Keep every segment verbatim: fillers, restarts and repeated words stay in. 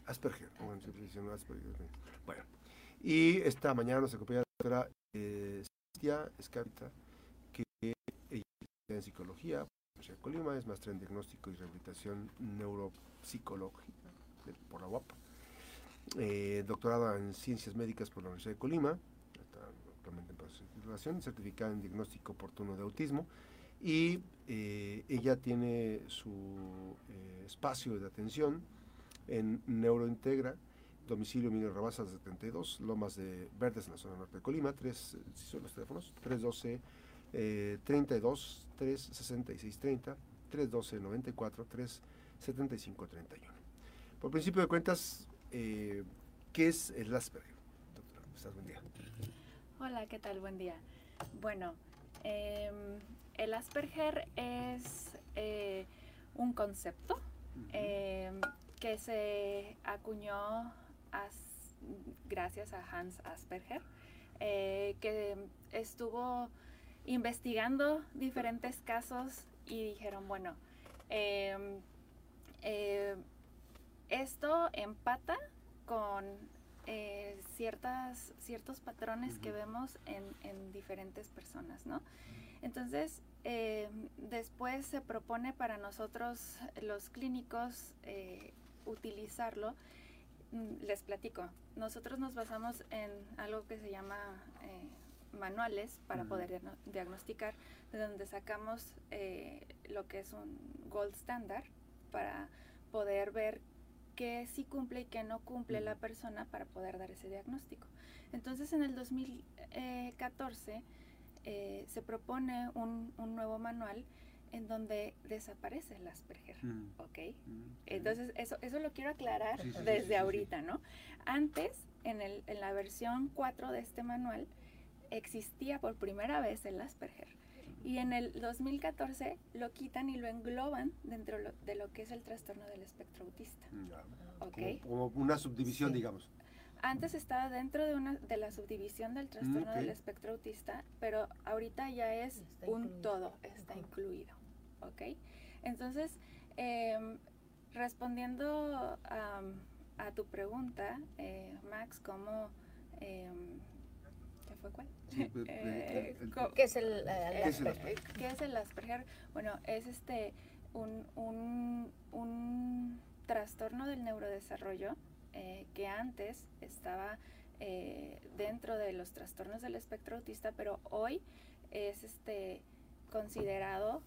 Asperger. Bueno, siempre dicen Asperger. Bueno, y esta mañana nos acompaña la doctora eh, Cintia Escavita, que ella es en psicología, Universidad de Colima, es maestra en diagnóstico y rehabilitación neuropsicológica por la U A P, eh, doctorada en ciencias médicas por la Universidad de Colima, está actualmente en proceso de titulación, certificada en diagnóstico oportuno de autismo, y eh, ella tiene su eh, espacio de atención en Neurointegra, domicilio Emilio Rabasa setenta y dos, Lomas de Verdes, en la zona norte de Colima. Tres, si son los teléfonos, tres uno dos, eh, treinta y dos, tres sesenta y seis treinta, tres uno dos, noventa y cuatro, tres setenta y cinco treinta y uno. Por principio de cuentas, eh, ¿qué es el Asperger? Doctora, ¿estás? Buen día. Hola, ¿qué tal? Buen día. Bueno, eh, el Asperger es eh, un concepto uh-huh. eh, que se acuñó as, gracias a Hans Asperger, eh, que estuvo investigando diferentes casos y dijeron, bueno, eh, eh, esto empata con eh, ciertas, ciertos patrones uh-huh. que vemos en, en diferentes personas, ¿no? Entonces, eh, después se propone para nosotros, los clínicos, eh, utilizarlo. Les platico, nosotros nos basamos en algo que se llama eh, manuales para uh-huh. poder diagnosticar, de donde sacamos eh, lo que es un gold standard para poder ver qué sí cumple y qué no cumple uh-huh. la persona para poder dar ese diagnóstico. Entonces, en el dos mil catorce eh, se propone un, un nuevo manual en donde desaparece el Asperger, mm. ¿ok? Mm. Entonces, eso, eso lo quiero aclarar sí, sí, desde sí, sí, ahorita, sí. ¿no? Antes, en, el, en la versión cuatro de este manual, existía por primera vez el Asperger. Y en el dos mil catorce lo quitan y lo engloban dentro lo, de lo que es el trastorno del espectro autista. Ya. ¿Okay? Como, como una subdivisión, sí. digamos. Antes estaba dentro de una de la subdivisión del trastorno okay. del espectro autista, pero ahorita ya es está un incluido. todo, está okay. incluido, ¿ok? Entonces, eh, respondiendo a, a tu pregunta, eh, Max, ¿cómo... Eh, ¿qué fue cuál? Sí, eh, ¿Qué es el, eh, ¿qué es el Asperger? ¿Qué es el Asperger? Bueno, es este un, un, un trastorno del neurodesarrollo Eh, que antes estaba eh, dentro de los trastornos del espectro autista, pero hoy es este considerado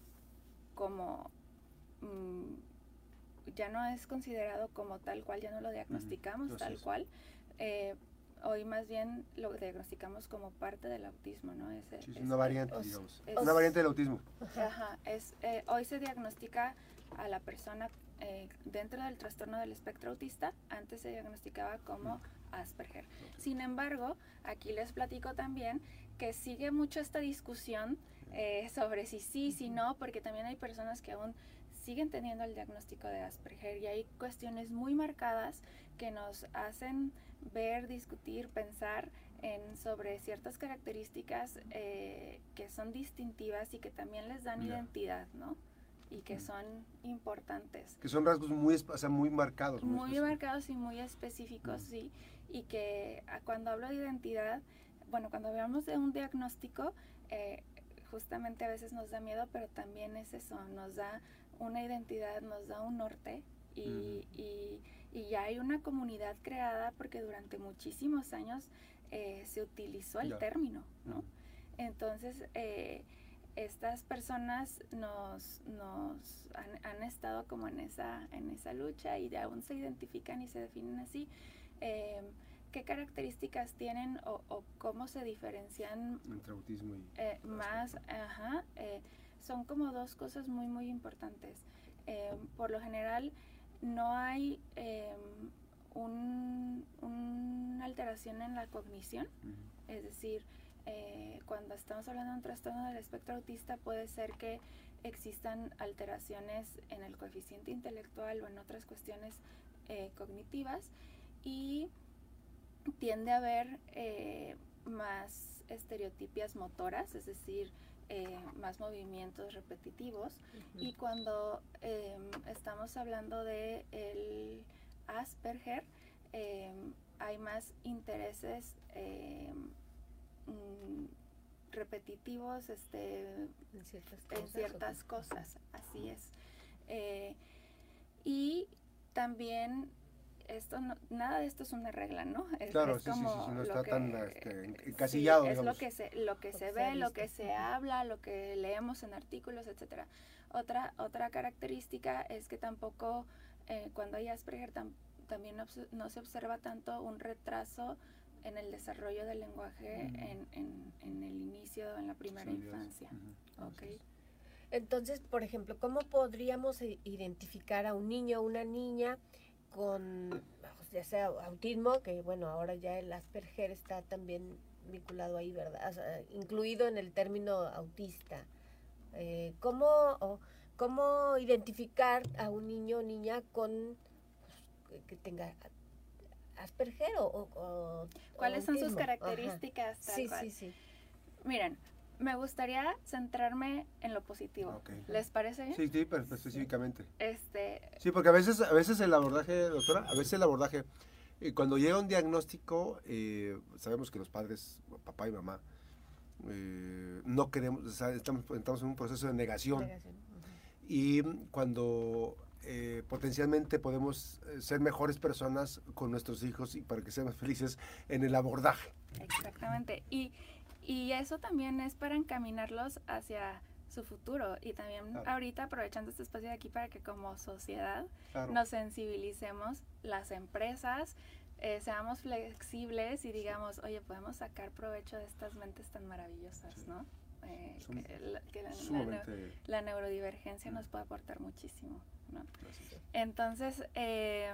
como mmm, ya no es considerado como tal cual, ya no lo diagnosticamos uh-huh. tal cual. Eh, hoy más bien lo diagnosticamos como parte del autismo, ¿no? Es, sí, es, es una variante, es, digamos. Es, una variante del autismo. Ajá, es, eh, hoy se diagnostica a la persona eh, dentro del trastorno del espectro autista, antes se diagnosticaba como Asperger. Sin embargo, aquí les platico también que sigue mucho esta discusión eh, sobre si sí, si no, porque también hay personas que aún siguen teniendo el diagnóstico de Asperger y hay cuestiones muy marcadas que nos hacen ver, discutir, pensar en sobre ciertas características eh, que son distintivas y que también les dan yeah. identidad, ¿no? Y que son importantes. Que son rasgos muy, o sea, muy marcados. Muy, muy marcados y muy específicos, mm. sí. Y que cuando hablo de identidad, bueno, cuando hablamos de un diagnóstico, eh, justamente a veces nos da miedo, pero también es eso, nos da una identidad, nos da un norte y, mm. y, y ya hay una comunidad creada porque durante muchísimos años eh, se utilizó el ya. término, ¿no? Mm. Entonces, eh, estas personas nos, nos han, han estado como en esa, en esa lucha y aún se identifican y se definen así. Eh, ¿Qué características tienen o, o cómo se diferencian entre autismo y eh, más? Ajá, eh, son como dos cosas muy, muy importantes. Eh, por lo general, no hay eh, un, una alteración en la cognición, uh-huh. es decir, Eh, cuando estamos hablando de un trastorno del espectro autista puede ser que existan alteraciones en el coeficiente intelectual o en otras cuestiones eh, cognitivas y tiende a haber eh, más estereotipias motoras, es decir, eh, más movimientos repetitivos uh-huh. y cuando eh, estamos hablando de el Asperger eh, hay más intereses eh, mm, repetitivos este, en ciertas en cosas, ciertas cosas, así es. Eh, y también esto no, nada de esto es una regla, ¿no? Es, Claro, es sí, sí, sí, como sí, no lo está que, tan este, encasillado, sí, es digamos. lo que se, lo que Lo se que se ve, ha lo visto. que se habla, lo que leemos en artículos, etcétera. Otra, otra característica es que tampoco eh, cuando hay Asperger tam, también no se observa tanto un retraso en el desarrollo del lenguaje Mm. en, en, en el inicio, en la primera Sí, infancia. Uh-huh. Okay. Entonces, por ejemplo, ¿cómo podríamos identificar a un niño o una niña con, ya sea autismo, que bueno, ahora ya el Asperger está también vinculado ahí, ¿verdad? O sea, incluido en el término autista. Eh, ¿cómo, o, ¿Cómo identificar a un niño o niña con pues, que tenga Asperger o, o ¿Cuáles o son sus autismo? características? Tal Sí, cual? sí, sí. Miren, me gustaría centrarme en lo positivo. Okay. ¿Les parece bien? Sí, sí, pero específicamente. Este, Sí, porque a veces, a veces el abordaje, doctora, a veces el abordaje, eh, cuando llega un diagnóstico, eh, sabemos que los padres, papá y mamá, eh, no queremos, o sea, estamos, estamos en un proceso de negación. Negación. Uh-huh. Y cuando eh, potencialmente podemos ser mejores personas con nuestros hijos y para que sean más felices en el abordaje. Exactamente. Y, y eso también es para encaminarlos hacia su futuro. Y también claro. ahorita aprovechando este espacio de aquí para que como sociedad claro. nos sensibilicemos, las empresas, eh, seamos flexibles y digamos, oye, podemos sacar provecho de estas mentes tan maravillosas, sí. ¿no? Eh, Sum, que la, que la, sumamente... la, la neurodivergencia mm. nos puede aportar muchísimo, ¿no? Gracias. Entonces, eh,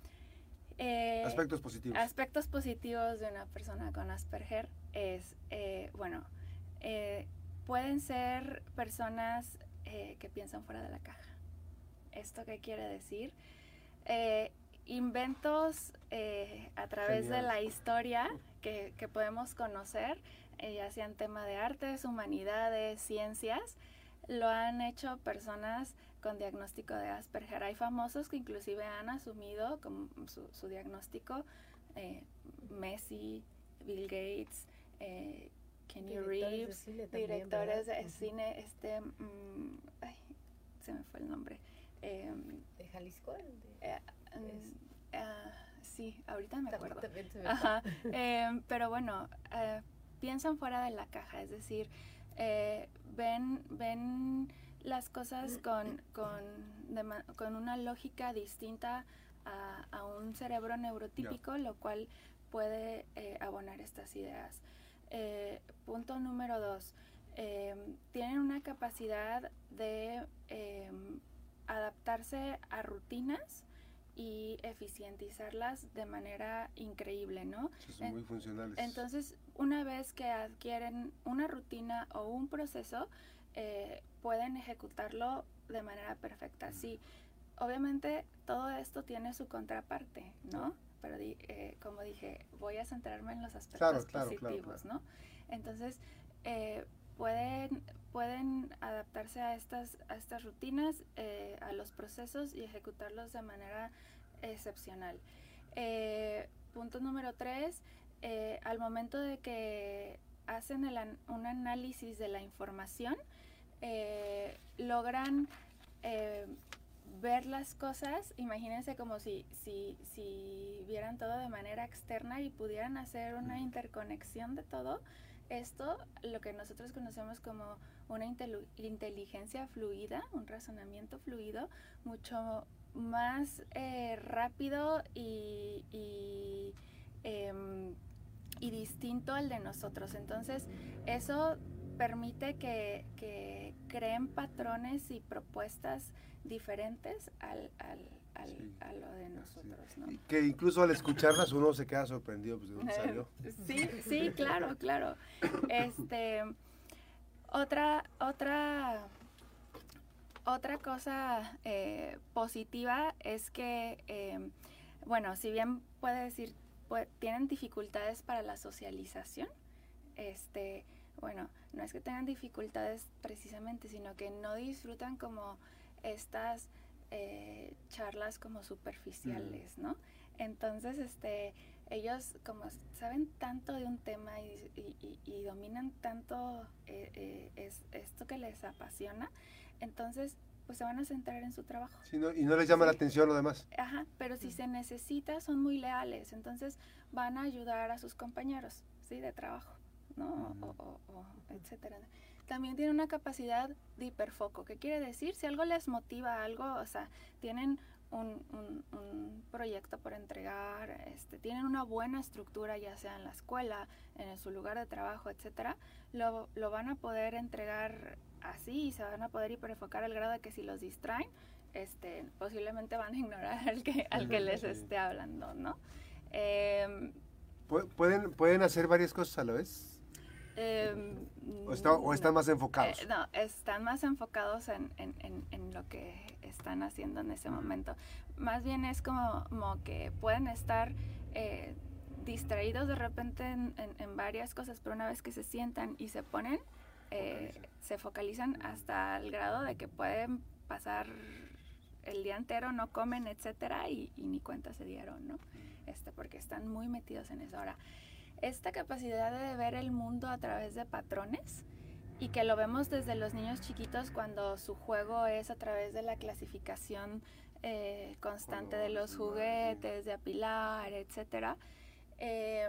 eh, aspectos positivos. Aspectos positivos de una persona con Asperger es, eh, bueno, eh, pueden ser personas eh, que piensan fuera de la caja. ¿Esto qué quiere decir? Eh, inventos eh, a través Genial. de la historia que, que podemos conocer, eh, ya sean tema de artes, humanidades, ciencias, lo han hecho personas con diagnóstico de Asperger. Hay famosos que inclusive han asumido como su, su diagnóstico, eh, Messi, Bill Gates, eh, Kenny Reeves, de directores de cine, uh-huh. este, um, ay, se me fue el nombre. Eh, ¿De Jalisco? De, eh, um, uh, sí, ahorita me acuerdo. También se me Ajá. eh, pero bueno, eh, piensan fuera de la caja, es decir, eh, ven, ven las cosas con, con, de, con una lógica distinta a, a un cerebro neurotípico, yeah. lo cual puede eh, abonar estas ideas. Eh, punto número dos, eh, tienen una capacidad de eh, adaptarse a rutinas y eficientizarlas de manera increíble, ¿no? Son muy funcionales. Entonces, una vez que adquieren una rutina o un proceso, eh, pueden ejecutarlo de manera perfecta. Mm. Sí, obviamente todo esto tiene su contraparte, ¿no? Mm. Pero di, eh, como dije, voy a centrarme en los aspectos claro, claro, positivos, claro, claro. ¿no? Entonces, eh, pueden, pueden adaptarse a estas, a estas rutinas, eh, a los procesos y ejecutarlos de manera excepcional. Eh, punto número tres, eh, al momento de que hacen el, un análisis de la información, eh, logran eh, ver las cosas, imagínense como si, si, si vieran todo de manera externa y pudieran hacer una interconexión de todo. Esto, lo que nosotros conocemos como una inteligencia fluida, un razonamiento fluido, mucho más eh, rápido y, y, eh, y distinto al de nosotros. Entonces, eso permite que, que creen patrones y propuestas diferentes al, al, al, sí, a lo de nosotros, sí. ¿no? Que incluso al escucharlas uno se queda sorprendido, pues, ¿de dónde salió? Sí, sí, claro, claro. Este, otra, otra, otra cosa eh, positiva es que, eh, bueno, si bien puede decir, puede, tienen dificultades para la socialización, este, bueno, no es que tengan dificultades precisamente, sino que no disfrutan como estas eh, charlas como superficiales, ¿no? Entonces, este, ellos como saben tanto de un tema y, y, y, y dominan tanto eh, eh, es, esto que les apasiona, entonces pues se van a centrar en su trabajo. Sí, no, y no les llama sí. la atención lo demás. Ajá, pero si se necesita son muy leales, entonces van a ayudar a sus compañeros, ¿sí? De trabajo, ¿no? Uh-huh. o, o, o etcétera. También tienen una capacidad de hiperfoco. ¿Qué quiere decir? Si algo les motiva algo, o sea, tienen un, un, un proyecto por entregar, este, tienen una buena estructura, ya sea en la escuela, en su lugar de trabajo, etcétera, lo, lo van a poder entregar así y se van a poder hiperenfocar al grado de que si los distraen, este, posiblemente van a ignorar al que, al que les esté hablando, ¿no? Eh, ¿Pueden, ¿Pueden hacer varias cosas a la vez? Eh, ¿O, está, ¿O están no, más enfocados? Eh, no, están más enfocados en, en, en, en lo que están haciendo en ese momento. Más bien es como, como que pueden estar eh, distraídos de repente en, en, en varias cosas, pero una vez que se sientan y se ponen, eh, se focalizan hasta el grado de que pueden pasar el día entero, no comen, etcétera, y, y ni cuenta se dieron, ¿no? Este, porque están muy metidos en eso. Ahora, esta capacidad de ver el mundo a través de patrones y que lo vemos desde los niños chiquitos cuando su juego es a través de la clasificación eh, constante de los juguetes, de apilar, etcétera. Eh,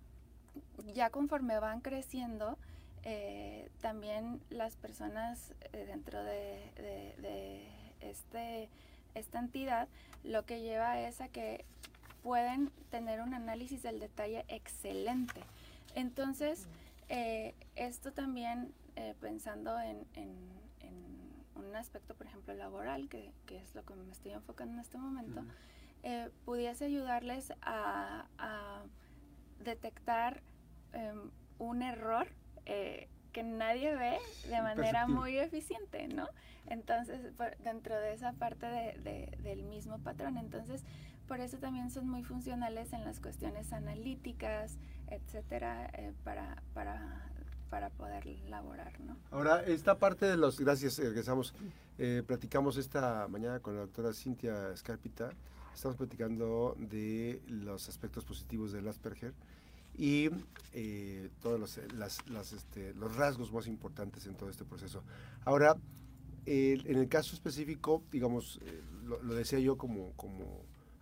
ya conforme van creciendo, eh, también las personas eh, dentro de, de, de este, esta entidad lo que lleva es a que pueden tener un análisis del detalle excelente. Entonces, eh, esto también, eh, pensando en, en, en un aspecto, por ejemplo, laboral, que, que es lo que me estoy enfocando en este momento, uh-huh. eh, pudiese ayudarles a, a detectar eh, un error eh, que nadie ve de manera muy eficiente, ¿no? Entonces, por, dentro de esa parte de, de, del mismo patrón. Entonces, por eso también son muy funcionales en las cuestiones analíticas, etcétera, eh, para, para, para poder laborar, ¿no? Ahora, esta parte de los, gracias, regresamos, eh, platicamos esta mañana con la doctora Cintia Escárpita, estamos platicando de los aspectos positivos del Asperger y eh, todos los, las, las, este, los rasgos más importantes en todo este proceso. Ahora, eh, en el caso específico, digamos, eh, lo, lo decía yo como... como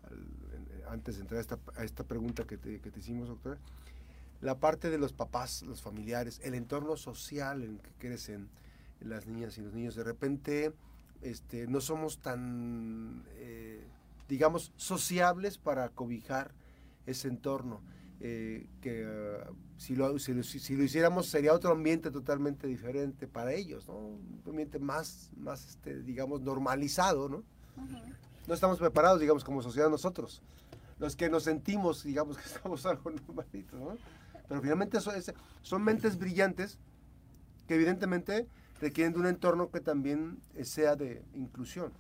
antes de entrar a esta, a esta pregunta que te, que te hicimos, doctora, la parte de los papás, los familiares, el entorno social en que crecen las niñas y los niños, de repente este, no somos tan, eh, digamos, sociables para cobijar ese entorno, eh, que uh, si, lo, si, lo, si lo hiciéramos sería otro ambiente totalmente diferente para ellos, ¿no? Un ambiente más, más este, digamos, normalizado, ¿no? Uh-huh. No estamos preparados, digamos, como sociedad nosotros, los que nos sentimos, digamos, que estamos algo normalito, ¿no? Pero finalmente son, son mentes brillantes que evidentemente requieren de un entorno que también sea de inclusión.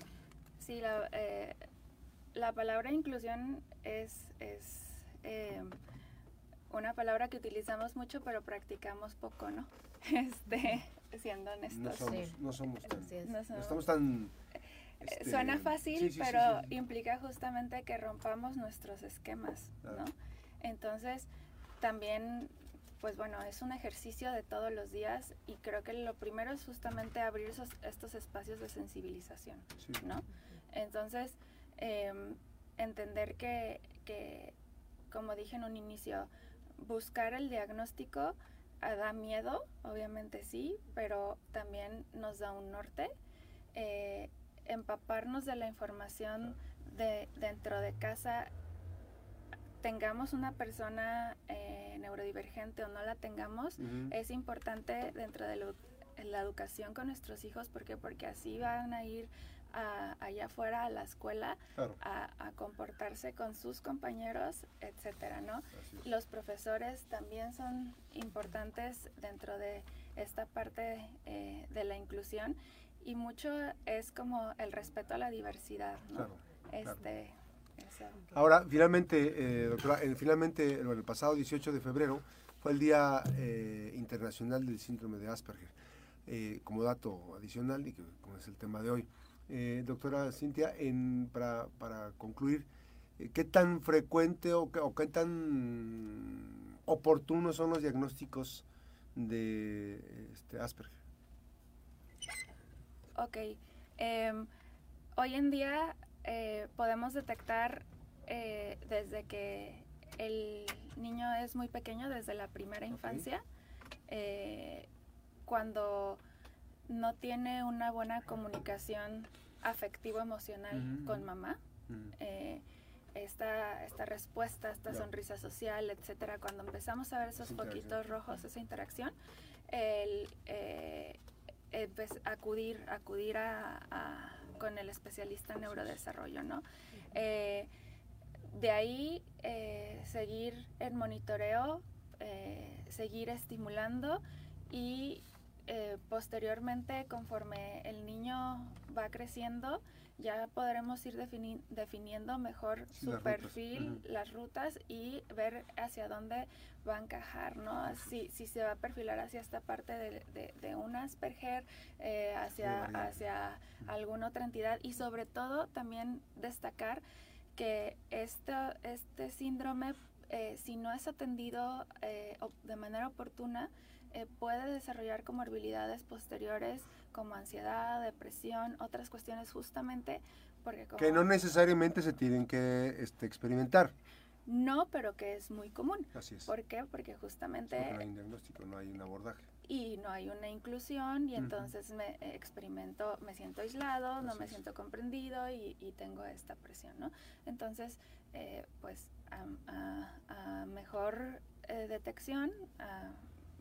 Sí, la, eh, la palabra inclusión es, es eh, una palabra que utilizamos mucho, pero practicamos poco, ¿no? Este, siendo honestos. No somos, sí. no somos tan, no somos, no estamos tan... Este, Suena fácil, sí, sí, pero sí, sí. implica justamente que rompamos nuestros esquemas, claro. ¿no? Entonces, también, pues bueno, es un ejercicio de todos los días y creo que lo primero es justamente abrir esos, estos espacios de sensibilización, sí. ¿no? Entonces, eh, entender que, que, como dije en un inicio, buscar el diagnóstico eh, da miedo, obviamente sí, pero también nos da un norte. Eh, empaparnos de la información de dentro de casa, tengamos una persona eh, neurodivergente o no la tengamos, uh-huh. es importante dentro de lo, la educación con nuestros hijos, porque porque así van a ir a, allá afuera a la escuela, claro. a, a comportarse con sus compañeros, etcétera, ¿no? Los profesores también son importantes dentro de esta parte eh, de la inclusión. Y mucho es como el respeto a la diversidad, ¿no? Claro, este, claro. Ahora, finalmente, eh, doctora, el, finalmente, bueno, el pasado dieciocho de febrero fue el Día eh, Internacional del Síndrome de Asperger. Eh, como dato adicional, y que como es el tema de hoy, Eh, doctora Cintia, en, para, para concluir, eh, ¿qué tan frecuente o, qué- o qué tan oportunos son los diagnósticos de este, Asperger? Ok. em, Hoy en día eh, podemos detectar eh, desde que el niño es muy pequeño, desde la primera Ok. infancia, eh, cuando no tiene una buena comunicación afectivo-emocional Ujú, con ujú. mamá. Mm, eh, esta, esta respuesta, esta Claro. sonrisa social, etcétera, cuando empezamos a ver esos Esa interacción. foquitos rojos, esa interacción, el eh, eh, pues, acudir, acudir a, a- con el especialista en neurodesarrollo, ¿no? Eh, de ahí eh, seguir el monitoreo, eh, seguir estimulando y eh, posteriormente, conforme el niño va creciendo, ya podremos ir defini- definiendo mejor Sí, su las rutas. perfil, Ujú. las rutas y ver hacia dónde va a encajar, ¿no? Si, si se va a perfilar hacia esta parte de, de, de un Asperger, eh, hacia, variante. hacia alguna otra entidad y sobre todo también destacar que este, este síndrome, eh, si no es atendido eh, de manera oportuna, eh, puede desarrollar comorbilidades posteriores como ansiedad, depresión, otras cuestiones justamente porque como... Que no necesariamente se tienen que este, experimentar. No, pero que es muy común. Así es. ¿Por qué? Porque justamente... Porque no hay un diagnóstico, no hay un abordaje. Y no hay una inclusión y Ujú. entonces me eh, experimento, me siento aislado, no Así me es. siento comprendido y, y tengo esta presión, ¿no? Entonces, eh, pues a, a- a mejor eh, detección a-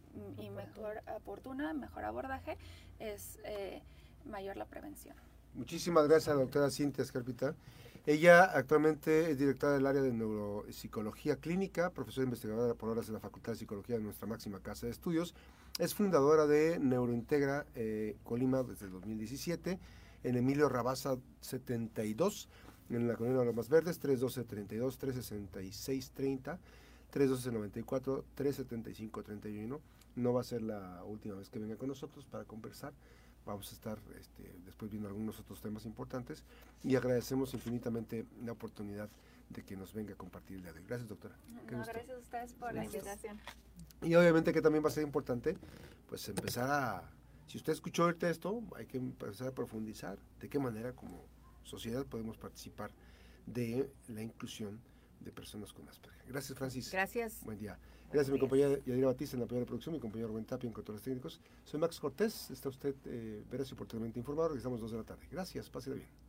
y mejor oportuna, mejor abordaje, es eh, mayor la prevención. Muchísimas gracias a la doctora Cintia Escarpita. Ella actualmente es directora del área de neuropsicología clínica, profesora investigadora por horas de la Facultad de Psicología de nuestra máxima casa de estudios. Es fundadora de Neurointegra eh, Colima desde el dos mil diecisiete, en Emilio Rabasa setenta y dos, en la colonia de Lomas Verdes, tres uno dos, treinta y dos, tres sesenta y seis treinta, tres uno dos, noventa y cuatro, tres setenta y cinco treinta y uno. No va a ser la última vez que venga con nosotros para conversar. Vamos a estar este, después viendo algunos otros temas importantes y agradecemos infinitamente la oportunidad de que nos venga a compartir el día de hoy. Gracias, doctora. Qué No, gusto. gracias a ustedes por Un la gusto. invitación. Y obviamente que también va a ser importante, pues empezar a, si usted escuchó el texto, hay que empezar a profundizar de qué manera como sociedad podemos participar de la inclusión de personas con Asperger. Gracias, Francis. Gracias. Buen día. Gracias a mi compañera Yadira Batista en la apoyo de producción, mi compañero Rubén Tapia en controles técnicos. Soy Max Cortés, está usted eh, veraz y oportunamente informado. Regresamos dos de la tarde. Gracias, pásela bien.